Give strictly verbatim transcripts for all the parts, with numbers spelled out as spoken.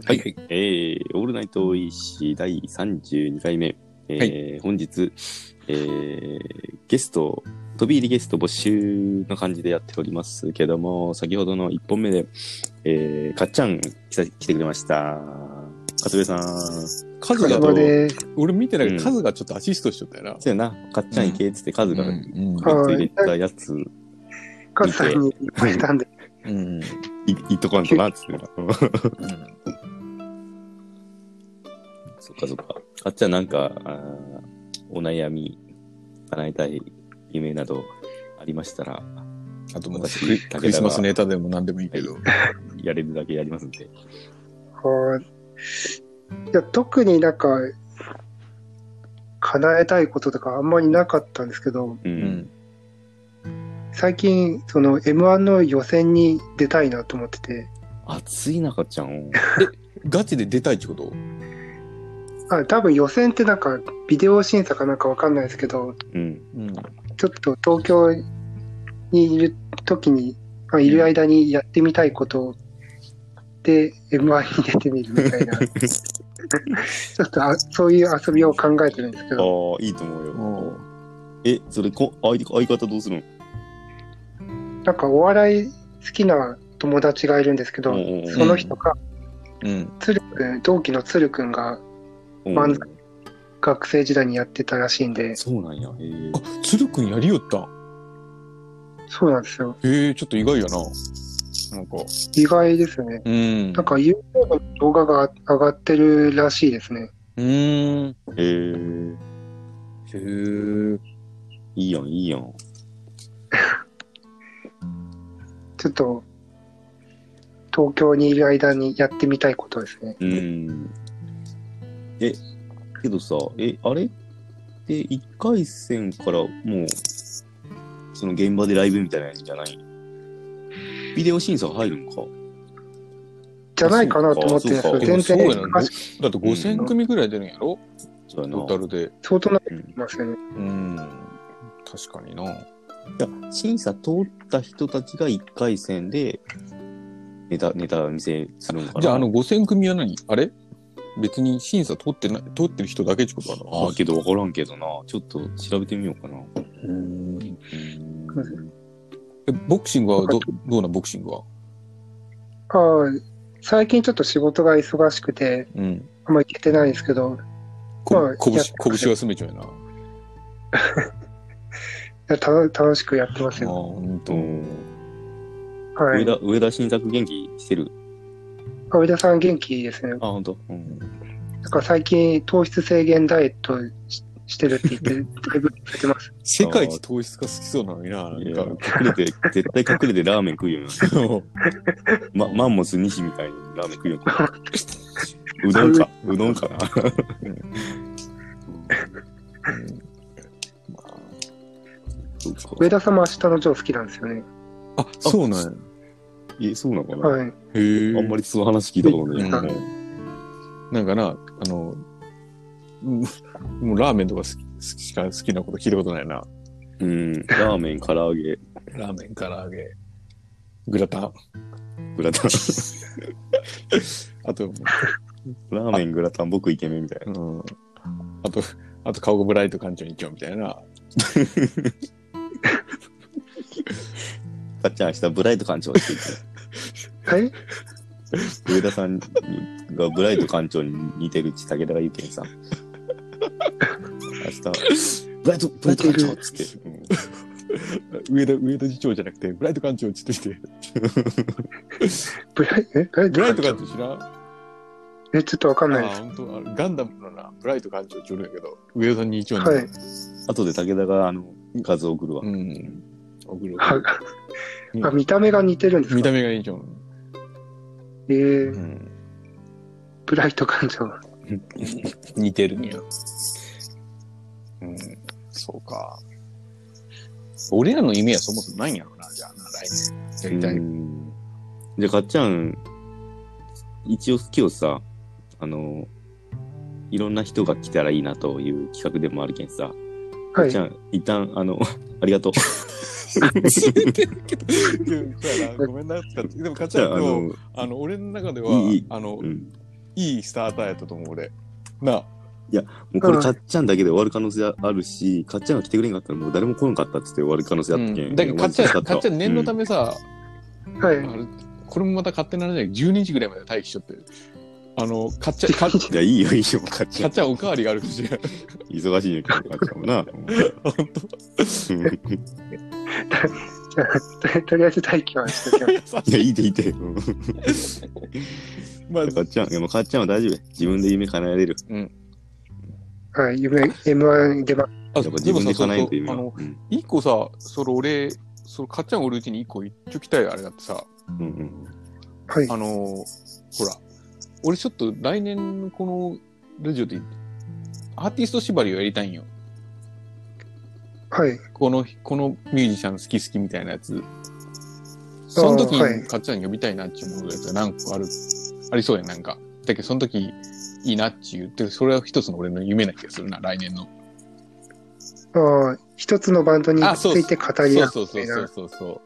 はい、はい、えー、オールナイトイシだいさんじゅうにかいめ、えーはい、本日、えー、ゲスト、飛び入りゲスト募集の感じでやっておりますけども、先ほどのいっぽんめで、えー、かっちゃん来てくれました。かつべさん。 カズが、俺見てないけど、カズがちょっとアシストしちゃったよな。 そうやな、かっちゃん行けっつってカズがグッと入れたやつ見て、 カズさんに言われたんで。 うん、い, いっとかんとなっつってな。うん、そっかそっか。かっちゃんなんかあお悩み叶えたい夢などありましたら、 あともうクリスマスネタでも何でもいいけど、 やれるだけやりますんで。 はい。いや特になんか叶えたいこととかあんまりなかったんですけど。うん、最近その エムワン の予選に出たいなと思ってて。 熱いなかっちゃん。 え、ガチで出たいってこと？ あ、多分予選ってなんかビデオ審査かなんかわかんないですけど、うんうん、ちょっと東京にいる時に、まあ、いる間にやってみたいことで エムワン に出てみるみたいなちょっとあそういう遊びを考えてるんですけど。 ああ、いいと思うよ。え、それこ相相方どうするの？ なんかお笑い好きな友達がいるんですけど、うん、その人が、うん、鶴くん、同期の鶴くんが漫才学生時代にやってたらしいんで。 そうなんや。へえ。 あ、鶴くんやりよった。 そうなんですよ。 へえ、ちょっと意外やな。なんか意外ですね。うん。なんか YouTube の動画が上がってるらしいですね。 うーん。 へえ。へえ。いいやん、いいやん。 ちょっと東京にいる間にやってみたいことですね。 うん。え、けどさ、え、あれっていっかい戦からもうその現場でライブみたいなやつじゃない？ビデオ審査入るんか？ じゃないかなと思ってるんですけど、全然難しい。だってごせん組ぐらい出るんやろ？そうやな。トータルで。 相当なってますよね。 うん。うん、確かにな。 いや、審査通った人たちがいっかい戦でネタ、ネタ見せするのかな。 じゃあ、あのごせん組は何？あれ別に審査通ってない、通ってる人だけってことなの？ ああ、けど分からんけどな。ちょっと調べてみようかな。うーん。 え、ボクシングはど、どうなボクシングは？ ああ、最近ちょっと仕事が忙しくて、うん、あんまり行けてないんですけど。 こ、まあ、拳、拳がすめちゃうな。 いやた楽しくやってますよ。あ、 本当。はい。上田、上田新作元気してる？ あ、上田さん元気ですね。 あ、本当。うん。 なんか最近糖質制限ダイエット し, してるって言ってだいぶ痩せてます。 世界一糖質が好きそうなのにな。なんか隠れて絶対隠れてラーメン食うよな。まマンモス西みたいにラーメン食うよな。うどんかうどんかな。 上田さんも明日のジョー好きなんですよね。 あ、そうなんや。 え、そうなのかな。 はい。 へえ。あんまりその話聞いたことない。 なんかな、あの、もうラーメンとか好き、好きしか好きなこと聞いたことないな。 うん。ラーメン、唐揚げ。 ラーメン、唐揚げ。グラタン。 グラタン。 あと、 ラーメン、グラタン、僕イケメンみたいな。うん。 あと、あと顔がブライト館長に行きようみたいな。 かっちゃん明日ブライト館長って言って。 上田さんがブライト館長に似てるち武田が言うけんさ。明日、ブライト、ブライト館長っつって。 うん、上田、上田次長じゃなくて、ブライト館長っつってて。 ブライ、えブライト館長知らん？ え、ちょっとわかんないです。 あ、本当。ガンダムのな、ブライト館長って言うんだけど、上田さんに一応に。はい。 後で武田が、あの、画像送るわ。うん。 送る。 あ、見た目が似てるんですか？ 見た目がいいじゃん。 えー、うん、ブライト感情似てるんや。うん、そうか。俺らの夢はそもそもないんやろな、じゃあな、来年。やりたい。 じゃあ、かっちゃん、一応今日さ、あの、いろんな人が来たらいいなという企画でもあるけんさ、はい、かっちゃん、一旦、あの、ありがとう。 ごめんな。でも、かっちゃんと、あの、俺の中では、いいあの、うん、 いいスターターやったと思う、俺。なあ。 いや、もうこれかっちゃんだけで終わる可能性あるし、かっちゃんが来てくれんかったらもう誰も来んかったっつって終わる可能性あったけん。 うん、だけどかっちゃん、かっちゃん念のためさ、 うん、はい。 これもまた勝手な話でじゅうにじぐらいまで待機しちゃって。あの、かっちゃん、かっちゃん。 いや、いいよ、いいよ、かっちゃん。 かっちゃんおかわりがあるかもしれない。 忙しいよ、かっちゃんもな。 ほんと。 じゃあ、とりあえず待機はしときます。 いや、いいでいいで。まあ、かっちゃん、いや、もうかっちゃんは大丈夫。自分で夢叶えれる。 うん。 はい、夢、エムワン 出ば。 あ、やっぱ自分で叶えると夢は。 あの、一、うん、個さ、その俺、そのかっちゃんおるうちに一個言っちょきたいあれだってさ。 うんうん。 はい。 あの、ほら、俺ちょっと来年このラジオでアーティスト縛りをやりたいんよ。 はい。 この、このミュージシャン好き好きみたいなやつ。その時にかっちゃん呼びたいなって思うやつが何個ある、ありそうやん、なんか。だけどその時いいなって言って、それは一つの俺の夢な気がするな、来年の。 ああ、一つのバンドについて語り合う。 そうそうそうそうそう。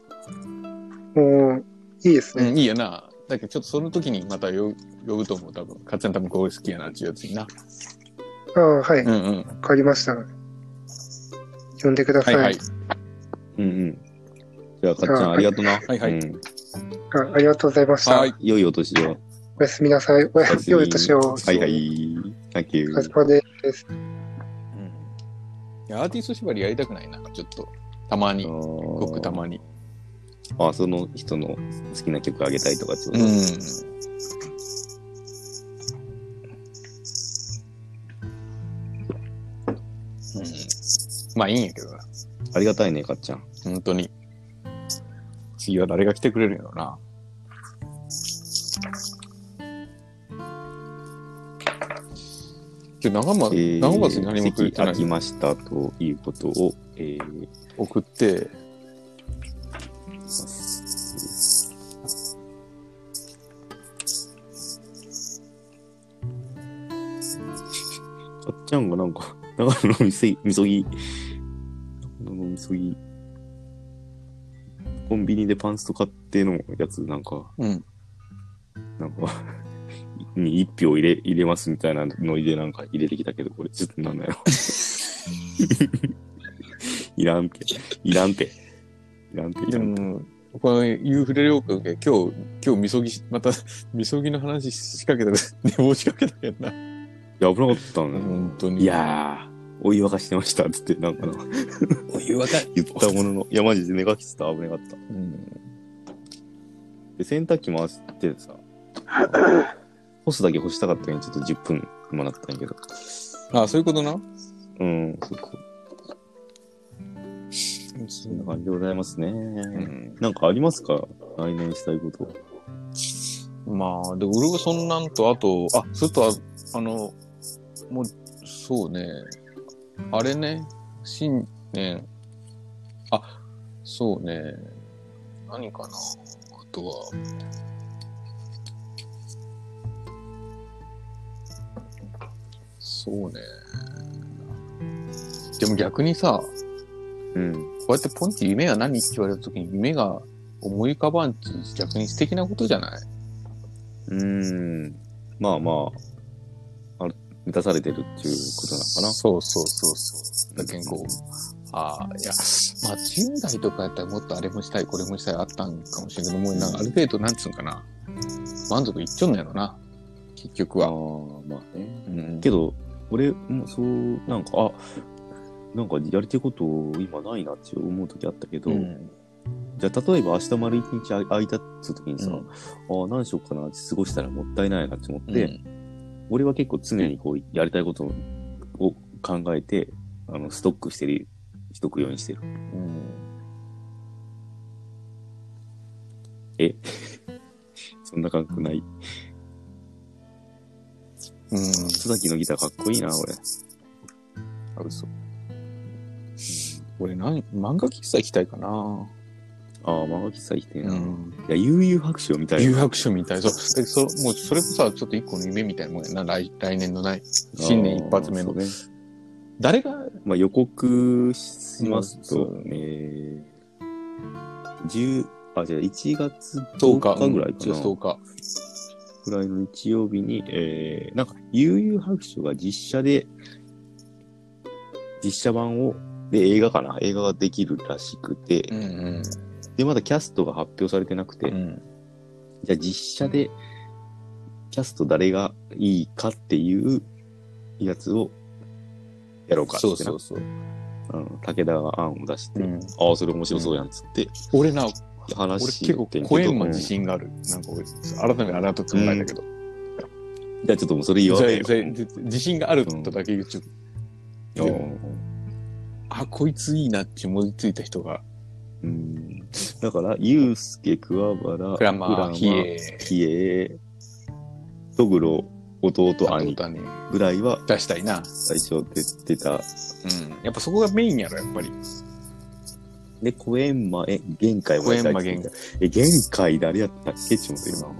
もう、いいですね。 うん、いいやな。だけどちょっとその時にまた呼ぶと思う、多分。かっちゃん多分こう好きやなっていうやつにな。 ああ、はい。 うんうん。わかりました。呼んでください。はい、はい。 うんうん。じゃあ、かっちゃんありがとうな。 はいはい。うん、 あ, ありがとうございました。 はい。良いお年を。 おやすみなさい。おやすみ。良いお年を。 はいはい。Thank you。 お疲れ様です。 うん。いや、アーティスト縛りやりたくないな。ちょっと、たまに。ごくたまに。 ああ、その人の好きな曲あげたいとかってこと？ うん。うん、まあいいんやけどな。 ありがたいね、かっちゃん。 本当に。次は誰が来てくれるんやろな。今日長松、えー、長松に何もくれてない。 空きましたということを、えー、 送って、 かっちゃんがなんか、長野のみそぎ、みそぎ、長野のみそぎ、コンビニでパンスト買ってのやつ、なんか、 うん。 なんか、に一票入れ、入れますみたいなノリでなんか入れてきたけど、これちょっとなんだよ。いらんて。いらんて。いらんて。いらんて。 でも、このユーフレレオーク今日、今日みそぎ、また、みそぎの話仕掛けた、寝坊仕掛けたけどな。 いや、危なかったね。 本当に。 いやー、お湯沸かしてました、つって、なんかな。 お湯沸か言ったものの、いや、マジで寝かきつった、危なかった。うん。で、洗濯機回してさ、干すだけ干したかったけど、ちょっとじゅっぷんもらったんやけど。 ああ、そういうことな。 うん、そうそう。そんな感じでございますね。うん、なんかありますか？来年したいこと。 まあ、で、俺はそんなんと、あと、あ、それとあ、あの、もう、そうね。あれね、新年、あ、そうね。何かな、あとは。そうね。でも逆にさ、 うん。 こうやってポンって夢は何って言われたときに夢が思い浮かばんち逆に素敵なことじゃない？ うーん。まあまあ、ある満たされてるっていうことなのかな。 そうそうそうそう。だけどこう、ああ、いや、まあじゅう代とかやったらもっとあれもしたい、これもしたいあったんかもしれんけど、もうなんかある程度なんつうんかな。満足いっちょんのやろな。結局は。 ああ、まあね。うん、けど、俺もそう、なんか、あ、なんかやりたいこと今ないなって思う時あったけど、うん、じゃあ例えば明日丸一日空いたって時にさ、うん、ああ、何しようかなって過ごしたらもったいないなって思って、うん、俺は結構常にこうやりたいことを考えて、あの、ストックしてる、しとくようにしてる。うん、えそんな感覚ない？うん。須崎のギターかっこいいな、俺。 あ、嘘。俺、なん、漫画喫茶行きたいかな。 ああ、漫画喫茶行きたいな。うん、いや、悠々白書みたいな。 悠々白書みたい。そう。え、そ、もう、それこそさ、ちょっと一個の夢みたいなもんやな。来、来年のない。新年一発目の。ね、誰が、 まあ、予告しますと、うん、えー、じゅう、あ、じゃあいちがつとおかぐらいかな。 いちがつとおか。 ぐらいの日曜日に、えー、なんか、悠々白書が実写で、実写版を、で、映画かな映画ができるらしくて、 うんうん、 で、まだキャストが発表されてなくて、うん、じゃあ実写で、キャスト誰がいいかっていうやつをやろうかってな。そうそうそう。うん、武田が案を出して、うん、ああ、それ面白そうやんっつって。 うん、俺な、話俺結構コエンマ自信がある。なんか俺、改めてあなたと考えたけど。うん、 じゃあちょっともうそれ言わないよ。 自信があるとだけ言っちゃう。うん、あ、こいついいなって思いついた人が。 うん、だから、ユウスケ、桑原、 クラマ、ヒエ、 ヒエ、トグロ、弟、兄ぐらいは出したいな。 最初出てた。うん。 やっぱそこがメインやろ、やっぱり。 で、コエンマ、え、限界もコエンマ限界。 え、限界誰やったっけちょっと今。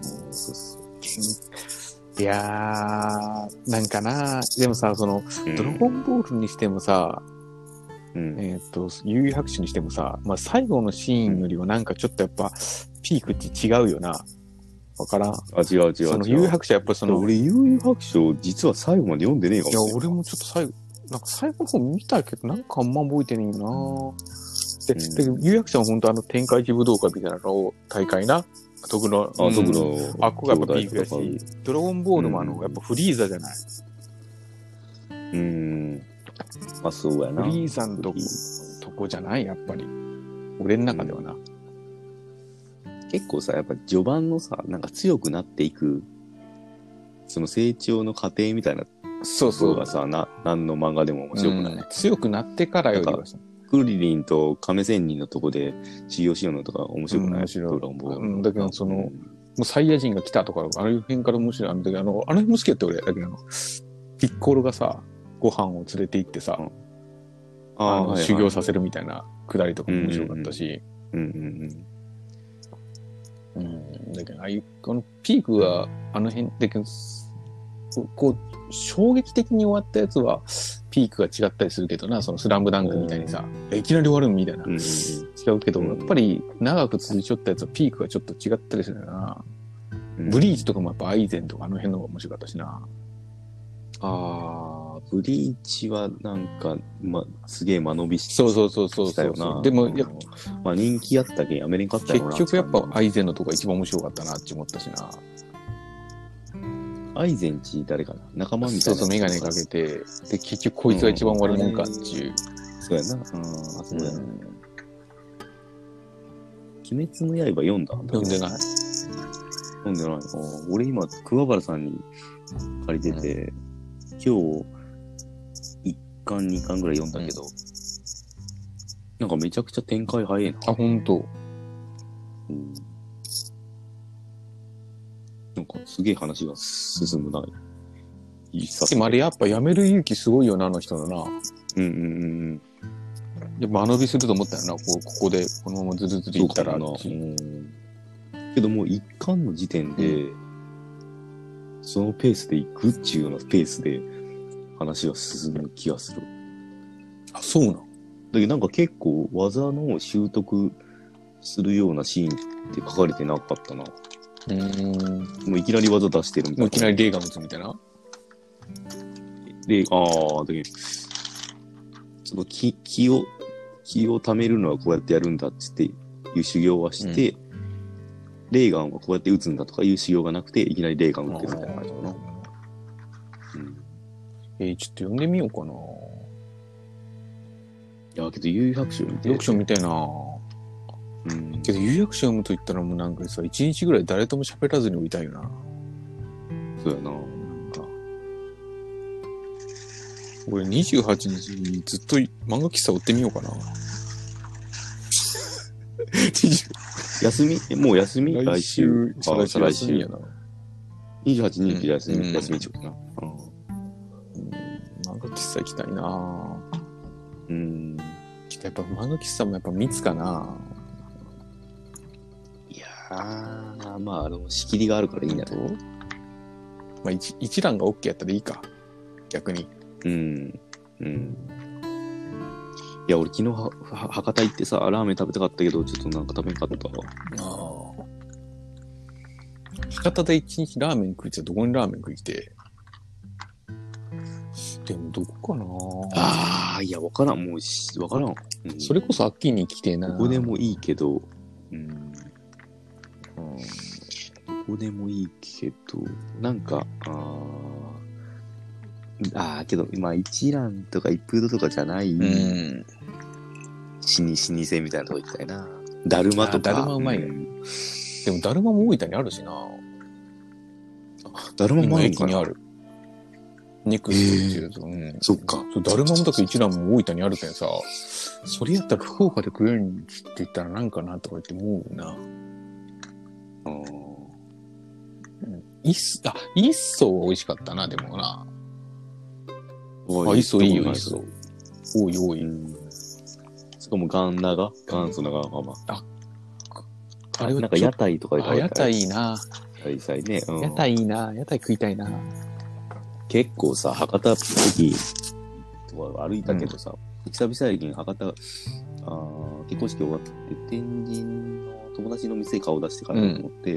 いやー、なんかな、でもさ、その、うん、ドラゴンボールにしてもさ、うん、えっと、悠々白書にしてもさ、まあ最後のシーンよりはなんかちょっとやっぱ、ピークって違うよな。わからん。あ、 違う違う違う。 その悠々白書やっぱその。 俺悠々白書実は最後まで読んでねえかもしれない。 いや、俺もちょっと最後、なんか最後の方見たけど、なんかあんま覚えてねえよな。で、うん、で、悠々白書は本当あの天下一武道会みたいなの大会な。徳の、 あ、徳の、 あっこがやっぱピークやし、ドラゴンボールもあの、うん、やっぱフリーザじゃない。 うーん。まあそうやな。 フリーザのとこ、とこじゃないやっぱり。俺の中ではな。うん結構さ、やっぱ序盤のさ、なんか強くなっていく、その成長の過程みたいな、 そうそう。 がさ、な、何の漫画でも面白くない、うん、 強くなってからよりはさ。 クリリンと亀仙人のとこで修行しようのとか面白くない、うん、 面白い。ドラゴンボール。うん、だけどその、うん、もうサイヤ人が来たとか、あの辺から面白い。あの、あの、あの辺も好きやって俺。だけどあの、ピッコロがさ、ご飯を連れて行ってさ、うん、あの、はいはい、修行させるみたいなくだりとかも面白かったし。 うんうんうん。うんうんうんうん、だけど、ああいう、このピークは、あの辺、だけど、こう、衝撃的に終わったやつは、ピークが違ったりするけどな、そのスラムダンクみたいにさ、いきなり終わるみたいな、うん、違うけど、うん、やっぱり長く続いちゃったやつはピークがちょっと違ったりするよな。うん、ブリーチとかもやっぱアイゼンとかあの辺の方が面白かったしな。 あー、ブリーチはなんか、ま、すげえ間延びしてそうそうそうそうしたよな。 でも、やまあ人気やったけんやめれんかったよな。 結局やっぱアイゼンのとこが一番面白かったなって思ったしな。 アイゼンチ誰かな仲間みたいな。 そうそう、メガネかけて、で、結局こいつが一番悪者かっていう。 うん、そうやな。うん、あ、そうやな。うん、鬼滅の刃読んだ読んでない。 読んでない。俺今、桑原さんに借りてて、うん今日、いっかん、にかんぐらい読んだけど、うん、なんかめちゃくちゃ展開早いな。 あ、ほんと。 うん。なんかすげえ話が進むな。 いいさ。でもあれやっぱやめる勇気すごいよな、あの人のな。 うんうんうん。 でも間延びすると思ったよな、こうここで、このままずるずるいったら。 そうかな。うん。けどもういっかんの時点で、うんそのペースで行くっていうようなペースで話が進む気がする。 あ、そうなんだけどなんか結構技の習得するようなシーンって書かれてなかったな。うーん。 もういきなり技出してるみたいな。 もういきなり霊が持つみたいな。 霊、ああ、だけど、その気、気を、気を貯めるのはこうやってやるんだっていう修行はして、うんレーガンはこうやって撃つんだとかいう仕様がなくて、いきなりレーガン撃ってるみたいな感じかな。うん、 えー、ちょっと読んでみようかな。 いや、けど、悠々白書見て。 読書見たいな。うん。けど、悠々白書読むと言ったらもうなんかさ、一日ぐらい誰とも喋らずにおいたいよな。 そうやな。なんか。 俺にじゅうはちにちにずっと漫画喫茶追ってみようかな。 休みもう休み来週、 再来週。 来週やな。 にじゅうはち、にじゅうく休み、 うん、 休みちょっとな。 うん。漫画喫茶行きたいなうん。 やっぱ漫画喫茶もやっぱ密かないやー、まあ、あの、仕切りがあるからいいんだと。まあ一、一覧が OK やったらいいか。逆に。 うん。うん。いや、俺昨日は、は、博多行ってさ、ラーメン食べたかったけど、ちょっとなんか食べんかったわ。 ああ。 博多で一日ラーメン食いってどこにラーメン食い来て。でもどこかなああ、いや、わからん。もうし、わからん。 うん、それこそ秋に来てな。 どこでもいいけど、うん。うん、どこでもいいけど、なんか、ああ、あけど、今、一蘭とか一風堂とかじゃない、うん、老舗みたいなとこ行きたいな。だるまとか。 だるまうまいね。うん、でも、だるまも大分にあるしな。 だるまも駅にある。ネクストっていうと、うん。 そっか。 そう、だるまもだけ一蘭も大分にあるけんさ、それやったら福岡で食えるんって言ったらなんかなとか言って思うな。ああ。うん。いっそ、あ、いっそ美味しかったな、でもな。あ、いっそいいよ、いっそ。多い多い。うん、 しかもガンナが元祖長浜。あ、 あれはなんか屋台とかで食べたい。屋台いいな。 屋台ね。うん、 屋台いいな。屋台食いたいな。 結構さ、博多駅とか歩いたけどさ、うん、久々駅に博多、あ結婚式終わって、天神の友達の店顔出してからと思って、うん、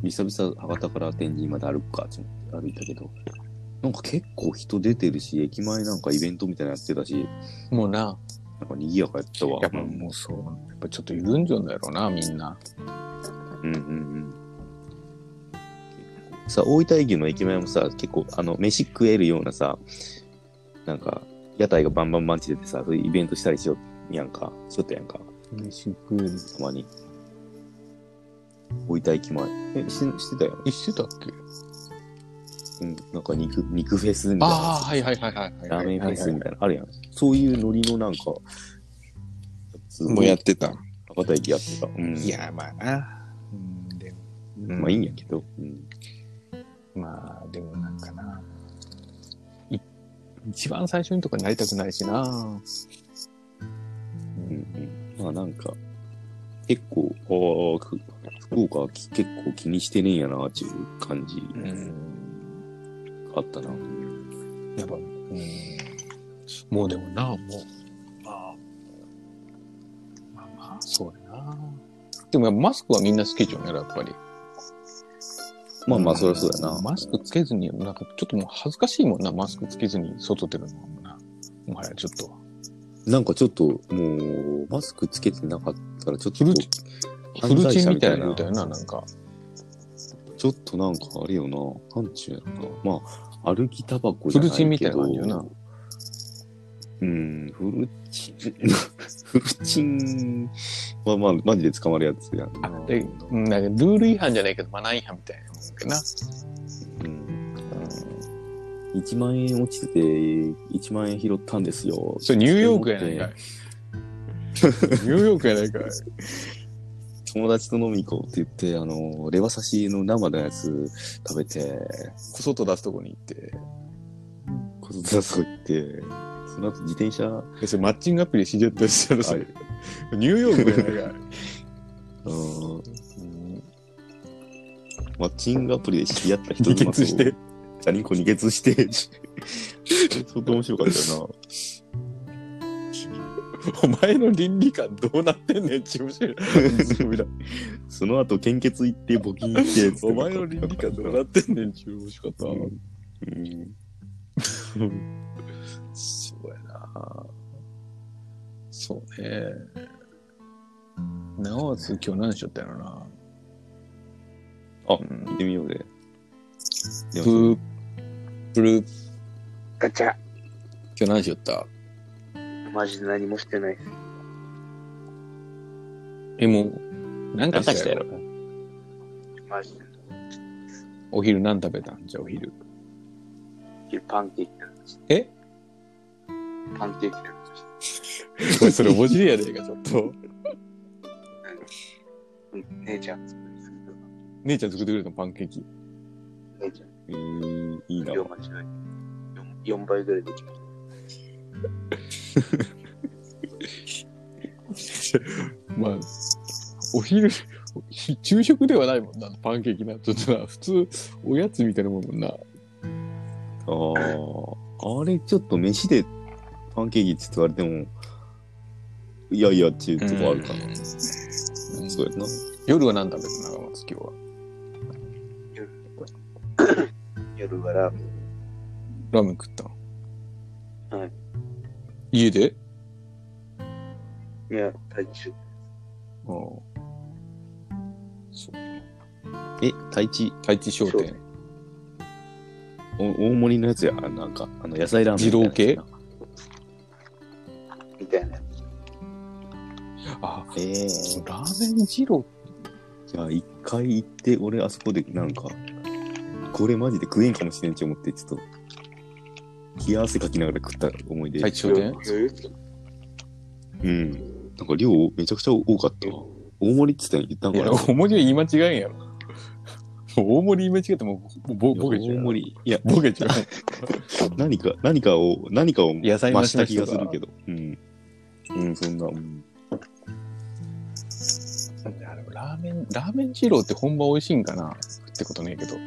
久々博多から天神まで歩くかと思って歩いたけど、なんか結構人出てるし、駅前なんかイベントみたいなのやってたし、 もうな、 なんか賑やかやったわ。 やっぱもうそう、やっぱちょっと緩んじゃうんだろうな、みんな。 うんうんうん。さ、大分駅の駅前もさ、結構、あの、飯食えるようなさ、なんか、屋台がバンバンバンチ出てさ、そういうイベントしたりしようやんか。しよったやんか。 飯食える。 たまに。大分駅前。え、し、してたよ。 え、してたっけ？ うん、なんか肉、肉フェスみたいな。 ああ、はいはいはいはい。 ラーメンフェスみたいな、あるやん。そういうノリのなんか、 もうやってた。 博多駅やってた。うん、 いや、まあな。うん、でも。 うん、まあいいんやけど。うん、 まあ、でもなんかな。い一番最初にとかなりたくないしな。 うんうん。まあなんか、結構、ああ、福岡は結構気にしてねえんやな、っていう感じ。うん。あったな。 やっぱ、うん。もうでもな、もう、まあ、まあまあ、そうだな。でもマスクはみんな好きじゃんや、やっぱり。 まあまあ、そりゃそうだな。 マスクつけずに、なんかちょっともう恥ずかしいもんな、マスクつけずに外出るのもな。もはやちょっと。 なんかちょっと、もう、マスクつけてなかったら、ちょっと、 フルチンみたいなの言うたよな、なんか。 ちょっとなんかあれよな、なんちゅうやろな。まあ、歩きタバコじゃないけど。フルチンみたいな感じよな。うん、フルチン、フルチンはまあ、マジで捕まるやつやんな。 あ、で、なんかルール違反じゃないけど、マナー違反みたいなもんけな。 うん。いちまん円落ちてて、いちまん円拾ったんですよ。 それニューヨークやないかい。ニューヨークやないかい。 友達と飲み行こうって言って、あの、レバ刺しの生のやつ食べて、 こそっと出すとこに行って、 こそっと出すとこ行って、その後自転車。 え、それマッチングアプリで知り合ったりしたらさ、ニューヨークやないかい。 うん。マッチングアプリで知り合った人二血して。 チャリンコ二血して。相当面白かったよな。 お前の倫理観どうなってんねんって面白い。 その後献血行って募金行ってお前の倫理観どうなってんねんって面白かった。うんうん、そうやな。そうね。なおわつ今日何しよったやろな。 あ、うん、行ってみようぜ。 プー、プルー。 ガチャ。 今日何しよった？ マジで何もしてない。 え、もう、何かしたやろ。 マジで。 お昼何食べたんじゃあお昼。 パンケーキ。 え？ パンケーキ。 これそれ面白いやねえか、ちょっと。 姉ちゃん作ってくれた。 姉ちゃん作ってくれたパンケーキ。 姉ちゃん。 えー、いいな。 量間違え。よんばいぐらいできました。まあ、お昼、昼食ではないもんな、パンケーキな。ちょっとな、普通、おやつみたいなもんもんな。 ああ、あれちょっと飯でパンケーキって言われても、いやいやっていうとこあるかな。うん、そうやな。 夜は何食べたの長松今日は。 夜はラーメン。 ラーメン食ったのはい。 家でいや、太一。 ああ。そう。 え、太一太一商店。 お大盛りのやつや。なんか、あの、野菜ラーメン。 二郎系みたいな。 あ、 えー、 ラーメン二郎いや、一回行って、俺あそこでなんか、これマジで食えんかもしれんって思って、ちょっと、冷や汗かきながら食った思い出。 太一商店うん。なんか量めちゃくちゃ多かったわ。大盛りって言ったんや言ったんかな。 いや、大盛りは言い間違えんやろ。大盛り言い間違えてもうボボケちゃう。 大盛り。いや、 ボケちゃう。 何か、何かを、何かを野菜増した気がするけど。うん。うん、そんな。うん、 ラーメン、ラーメン二郎って本場美味しいんかなってことねえけど。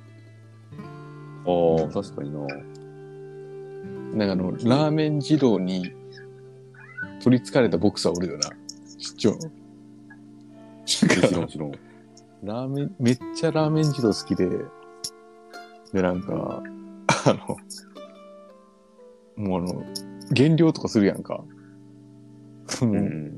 ああ、確かにな。 なんかあの、ラーメン二郎に取り憑かれたボクサーおるよな。知っちゃうの？ もちろん、もちろん。 ラーメン、めっちゃラーメン二郎好きで、で、なんか、あの、もうあの、減量とかするやんか。うん、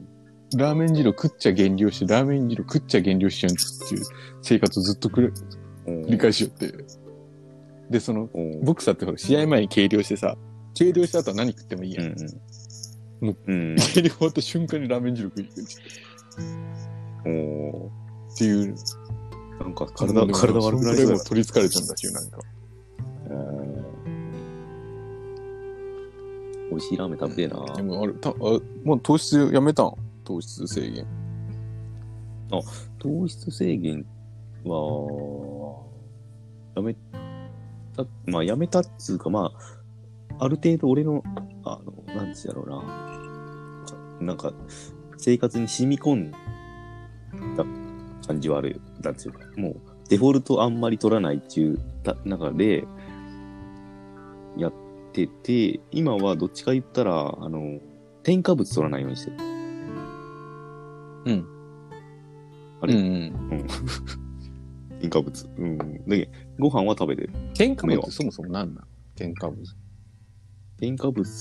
ラーメン二郎食っちゃ減量して、ラーメン二郎食っちゃ減量しちゃうっていう生活をずっとくれ、繰り返しよって。で、その、ボクサーってほら、試合前に計量してさ、計量した後は何食ってもいいやん。うんうん、もう、うん、計量終わった瞬間にラーメン二郎食いに行くって。おー。っていう。 なんか体、体悪くなりそうだ。 取り憑かれたんだしよ、なんか。 えー、美味しいラーメン食べてえな。 でもあれ、た、あ、もう糖質やめたん？糖質制限。 あ、糖質制限は、やめた、まあやめたっつうか、まあ、ある程度俺の、あの、なんつうやろうな。なんか、生活に染み込んだ感じはあるよ。なんつうか、もう、デフォルトあんまり取らないっていう中で、やってて、今はどっちか言ったら、あの、添加物取らないようにしてる。 うん。 あれうんうん。うん、 添加物。うん。で、ご飯は食べてる。 添加物ってそもそも何なん添加物。 添加物、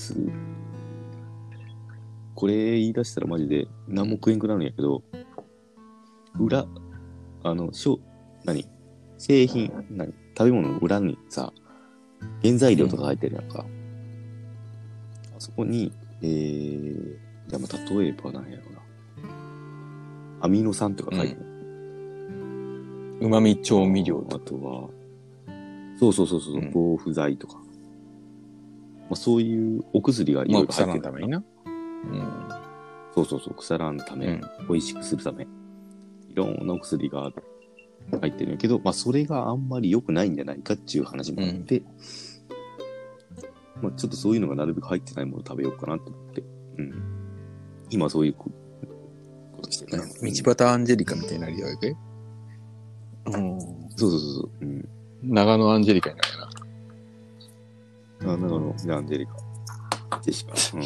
これ言い出したらマジで何も食えんくなるんやけど、裏、あの、しょ、何製品、何食べ物の裏にさ、原材料とか入ってるやんか。うん、あそこに、えー、じゃあ例えばなんやろな。アミノ酸とか書いてる。 うまみ調味料とか。あとは、そうそうそうそう、うん、防腐剤とか。まあ、そういうお薬がいろいろ入ってる。 まあ、腐らんためにな。 うん。そうそうそう、腐らんため、うん、美味しくするため。いろんなお薬が入ってるんやけど、まあ、それがあんまり良くないんじゃないかっていう話もあって、うん、まあ、ちょっとそういうのがなるべく入ってないものを食べようかなと思って、うん。今そういうことしてるね。 道端アンジェリカみたいになりわけ？ うん。そうそうそうそう。うん。 長野アンジェリカになるな。あ、長野アンジェリカ。ジェシカ。うん。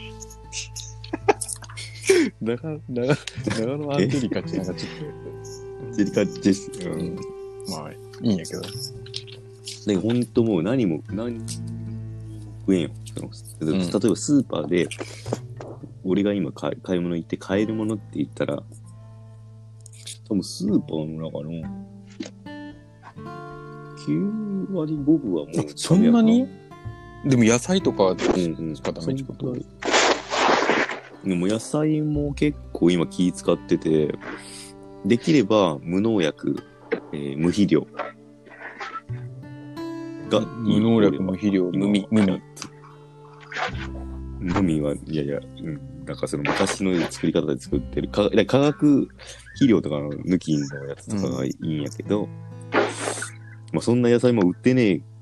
長、長、長野アンジェリカってなんかちょっと。 ジェリカ、ジェシカ。 うん。まあ、いいんやけど。 で、ほんともう何も、何も食えんよ。うん、例えばスーパーで、俺が今買い、買い物行って買えるものって言ったら、多分スーパーの中のきゅうわりごぶはもう。 そんなに？でも野菜とかしかダメってこと？うんうん、 でも野菜も結構今気使ってて、できれば無農薬、えー、無肥料が無農薬、無肥料、無味、無味。 無味は、いやいや、うん。なんかその昔の作り方で作ってる、化学肥料とかの抜きのやつとかがいいんやけど、うん、まあそんな野菜も売ってねえから、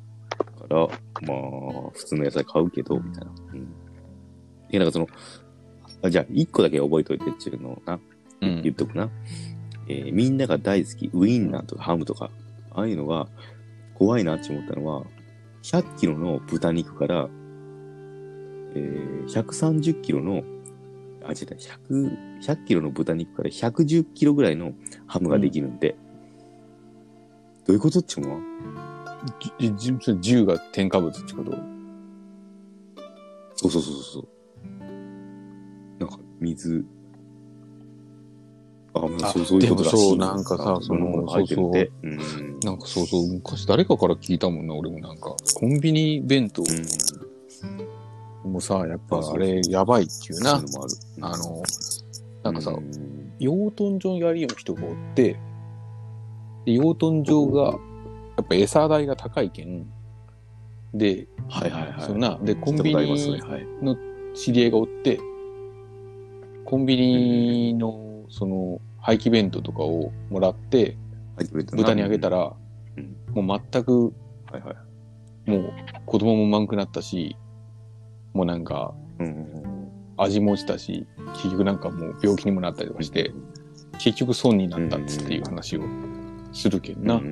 まあ普通の野菜買うけど、みたいな。うん。いや、なんかその、あじゃあ一個だけ覚えといてっていうのをな、うん、言っとくな。えー、みんなが大好き、ウインナーとかハムとか、ああいうのが怖いなって思ったのは、ひゃっキロの豚肉から、えー、ひゃくさんじゅっキロの、あ、違う、ひゃく、ひゃっキロの豚肉からひゃくじゅっキロぐらいのハムができるんで、うん、どういうことって思う？ じじ銃が添加物ってこと？ そうそうそうそう。なんか水。あ、もうそうそういうことらしい。 そう、なんかさ、その、そうそう。うん、なんかそうそう、昔誰かから聞いたもんな、俺もなんか。コンビニ弁当。うん、もうさ、やっぱあれ、やばいっていうな。そういうのもある。あの、なんかさ、養豚場やりよる人がおって、で養豚場が、やっぱ餌代が高いけん。で、 はいはいはい。 そんな、で、コンビニの知り合いがおって、コンビニの、その、廃棄弁当とかをもらって、豚にあげたら、うん、もう全く、はいはい、もう子供もまんくなったし、もうなんか、うん、味も落ちたし、結局なんかもう病気にもなったりとかして、結局損になったっつっていう話をするけんな。うん、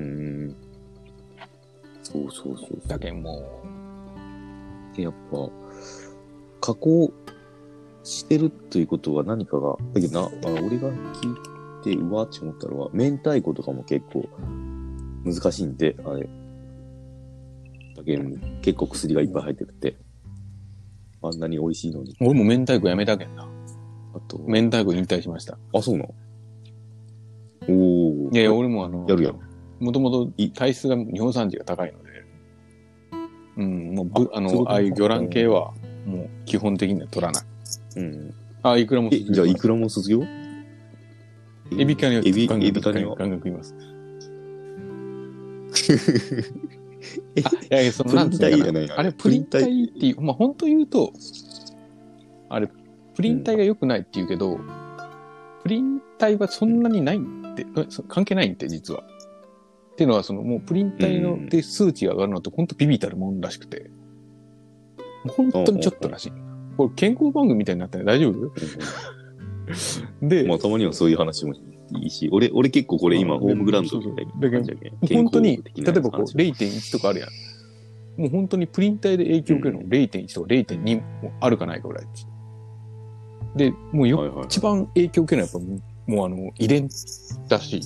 そうそうそう。 だけんもう。で、やっぱ、加工してるということは何かが、だけどな、あの俺が聞いて、うわって思ったのは、明太子とかも結構難しいんで、あれ。だけど結構薬がいっぱい入ってくって、あんなに美味しいのに。 俺も明太子やめたけんな。あと、明太子引退しました。 あ、そうなの？おー。いやいや、俺もあの、 やるやろ。 もともと体質が日本産地が高いので、うん、もうぶ、あの、ああいう魚卵系は、もう基本的には取らない。うん。あ、イクラも卒業。え、じゃあイクラも卒業？ エビカニはエビ、エビカニはガンガン食います。あ、いやいや、その、なんつうのかな。あれ、プリン体っていう、まあ、本当言うと、あれ、プリン体が良くないって言うけど、うん、プリン体はそんなにないって、関係ないんって、実は。っていうのは、その、もうプリン体の、で数値が上がるのって、本当ビビたるもんらしくて。もう本当にちょっとらしい。これ、健康番組みたいになって大丈夫？ で、まあ、たまにはそういう話もいいし、俺、俺結構これ今、ホームグラウンドみたいな感じだけど、 本当に、例えばこう、れいてんいち とかあるやん。もう本当にプリン体で影響を受けるの、うん、れいてんいち とか れいてんに もあるかないかぐらい。で、もうよ、はいはいはい、一番影響を受けるのはやっぱ、もうあの、遺伝だし、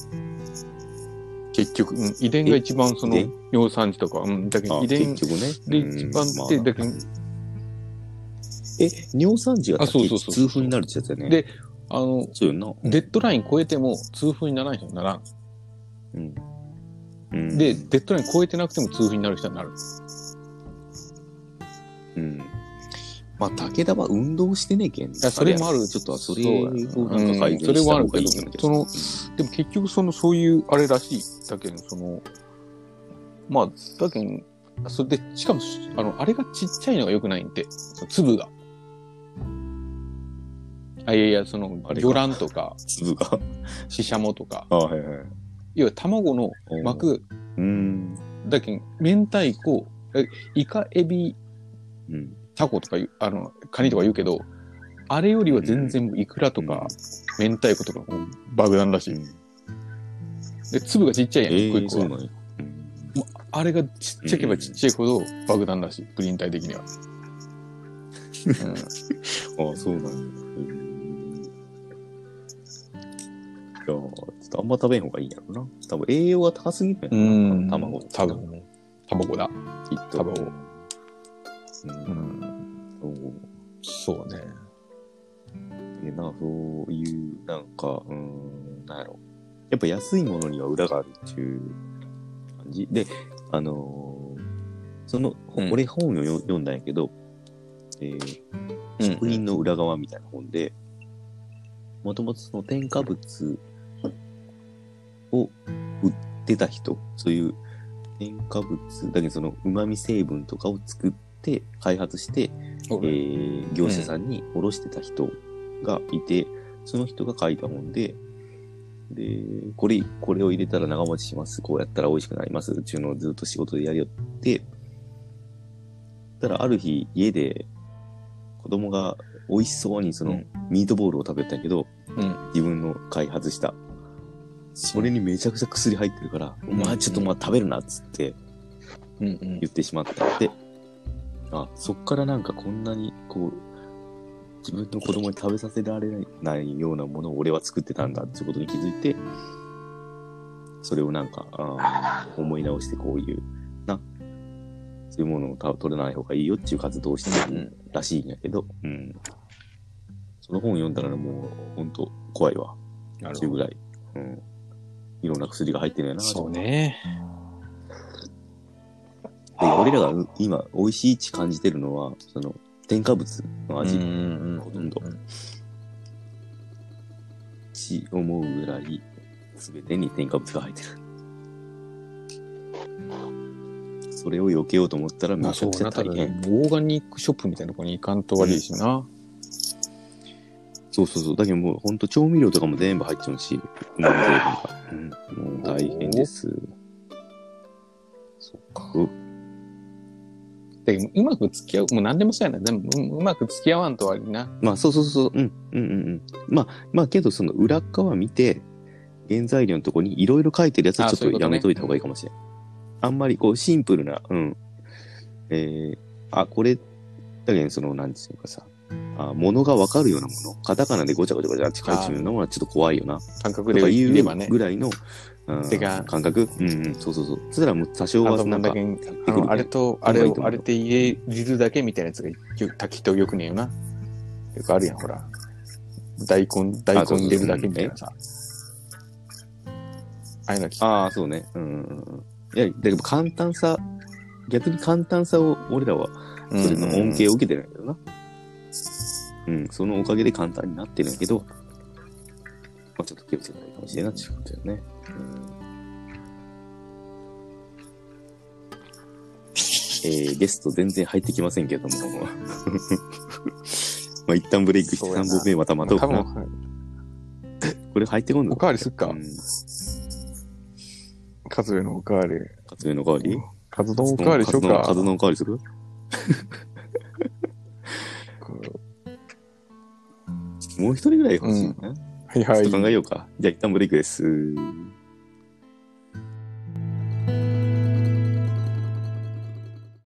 結局、うん、遺伝が一番その、尿酸値とか、うん、だけど遺伝で一番って、だけど、 え、尿酸値が高いと痛風になるってやつだよね。 で、あの、そうよな、デッドライン超えても痛風にならない人にならん。うんうん、で、デッドライン超えてなくても痛風になる人になる。 うん。まあ、武田は運動してねえけん。 それもある。 ちょっと、それをなんか改善した方がいいんだけど。 その、でも結局その、そういう、あれらしい。だけど、その、まあ、だけど、それで、しかも、あの、あれがちっちゃいのが良くないんで、その粒が。あ、いやいや、その、魚卵とか、 粒が。 シシャモとか。 あ、はいはい。 要は卵の膜、うん、だけど、明太子、イカ、エビ、うん、タコとか、あの、カニとか言うけど、あれよりは全然イクラとか、うん、明太子とかも爆弾らしい。うん、で、粒がちっちゃいやん、一個一個は。そうなんや。うん、あれがちっちゃければちっちゃいほど爆弾らしい、プリン体的には。 うん、ああ、そうなんや。いやちょっとあんま食べん方がいいんやろな。多分栄養が高すぎるんやな。卵。 多分。卵だ。 きっと。 卵。うん。うん、そうね。 で、なんかそういう、なんか、うん、なんやろ。やっぱ安いものには裏があるっていう感じ。で、あのー、その、うん、俺本を読んだんやけど、えー、食品の裏側みたいな本で、もともとその添加物を売ってた人、そういう添加物、だけどその旨味成分とかを作って開発して、えー、業者さんに卸してた人がいて、うん、その人が書いた本で、で、これ、これを入れたら長持ちします。こうやったら美味しくなります。っていうのをずっと仕事でやりよって、たらある日家で子供が美味しそうにそのミートボールを食べたけど、うん、自分の開発した。それにめちゃくちゃ薬入ってるから、うん、お前ちょっとまあ食べるなっつって言ってしまったって、うんうん、あ、そっからなんかこんなにこう自分の子供に食べさせられないようなものを俺は作ってたんだってことに気づいて、 それをなんか、あ思い直してこういう、な、そういうものを取らない方がいいよっていう活動をしてるらしいんやけど、うん。その本を読んだらもう、ほんと怖いわ。っていうぐらい。うん。いろんな薬が入ってるんやな。 そうね。 で、俺らが今、美味しいって感じてるのは、その、添加物の味。ほとんど。ち思うぐらい、すべてに添加物が入ってる。それを避けようと思ったらめちゃくちゃ大変。 まあ、オーガニックショップみたいなとこに行かんと悪いしな。うん、 そうそうそう。だけどもうほんと調味料とかも全部入っちゃうし、うまみ成分が。うん。もう大変です。 そっか。うだけどうまく付き合う、もう何でもそうやな。でもう、うまく付き合わんと悪いな。 まあそうそうそう。うん。うんうんうん。まあ、まあけどその裏側見て、原材料のとこにいろいろ書いてるやつはちょっとやめといた方がいいかもしれん。あんまりこうシンプルな、うん。えー、あ、これ、だけどその、なんていうかさ、あ、ものがわかるようなもの、カタカナでごちゃごちゃごちゃって書いてるようなものはちょっと怖いよな。 感覚で言えばね。 ぐらいの、うん、感覚うんうん、そうそうそう。そしたらもう多少はなんか、 あの、あれと、あれを、あれって入れるだけみたいなやつが炊きとよくねえよな。よくあるやん、ほら。大根、大根入れるだけみたいなさ。ああいうの聞く。 ああ、そうね。うん。いや、だけど簡単さ、逆に簡単さを俺らは、それの恩恵を受けてるんだけどな。うん、そのおかげで簡単になってるんやけど、まあちょっと気をつけないかもしれないっていうことだよね。うん、えー、ゲスト全然入ってきませんけども。まあ一旦ブレイクしてさんぼんめまた待とうかな。これ入ってこんのおかわりすっか、うん、カズエのおかわり。 カズエのおかわりカズのおかわりしようか。 カズのおかわりするもう一人ぐらい欲しいな。 うん、はいはい。 ちょっと考えようか。じゃあ一旦ブレイクです。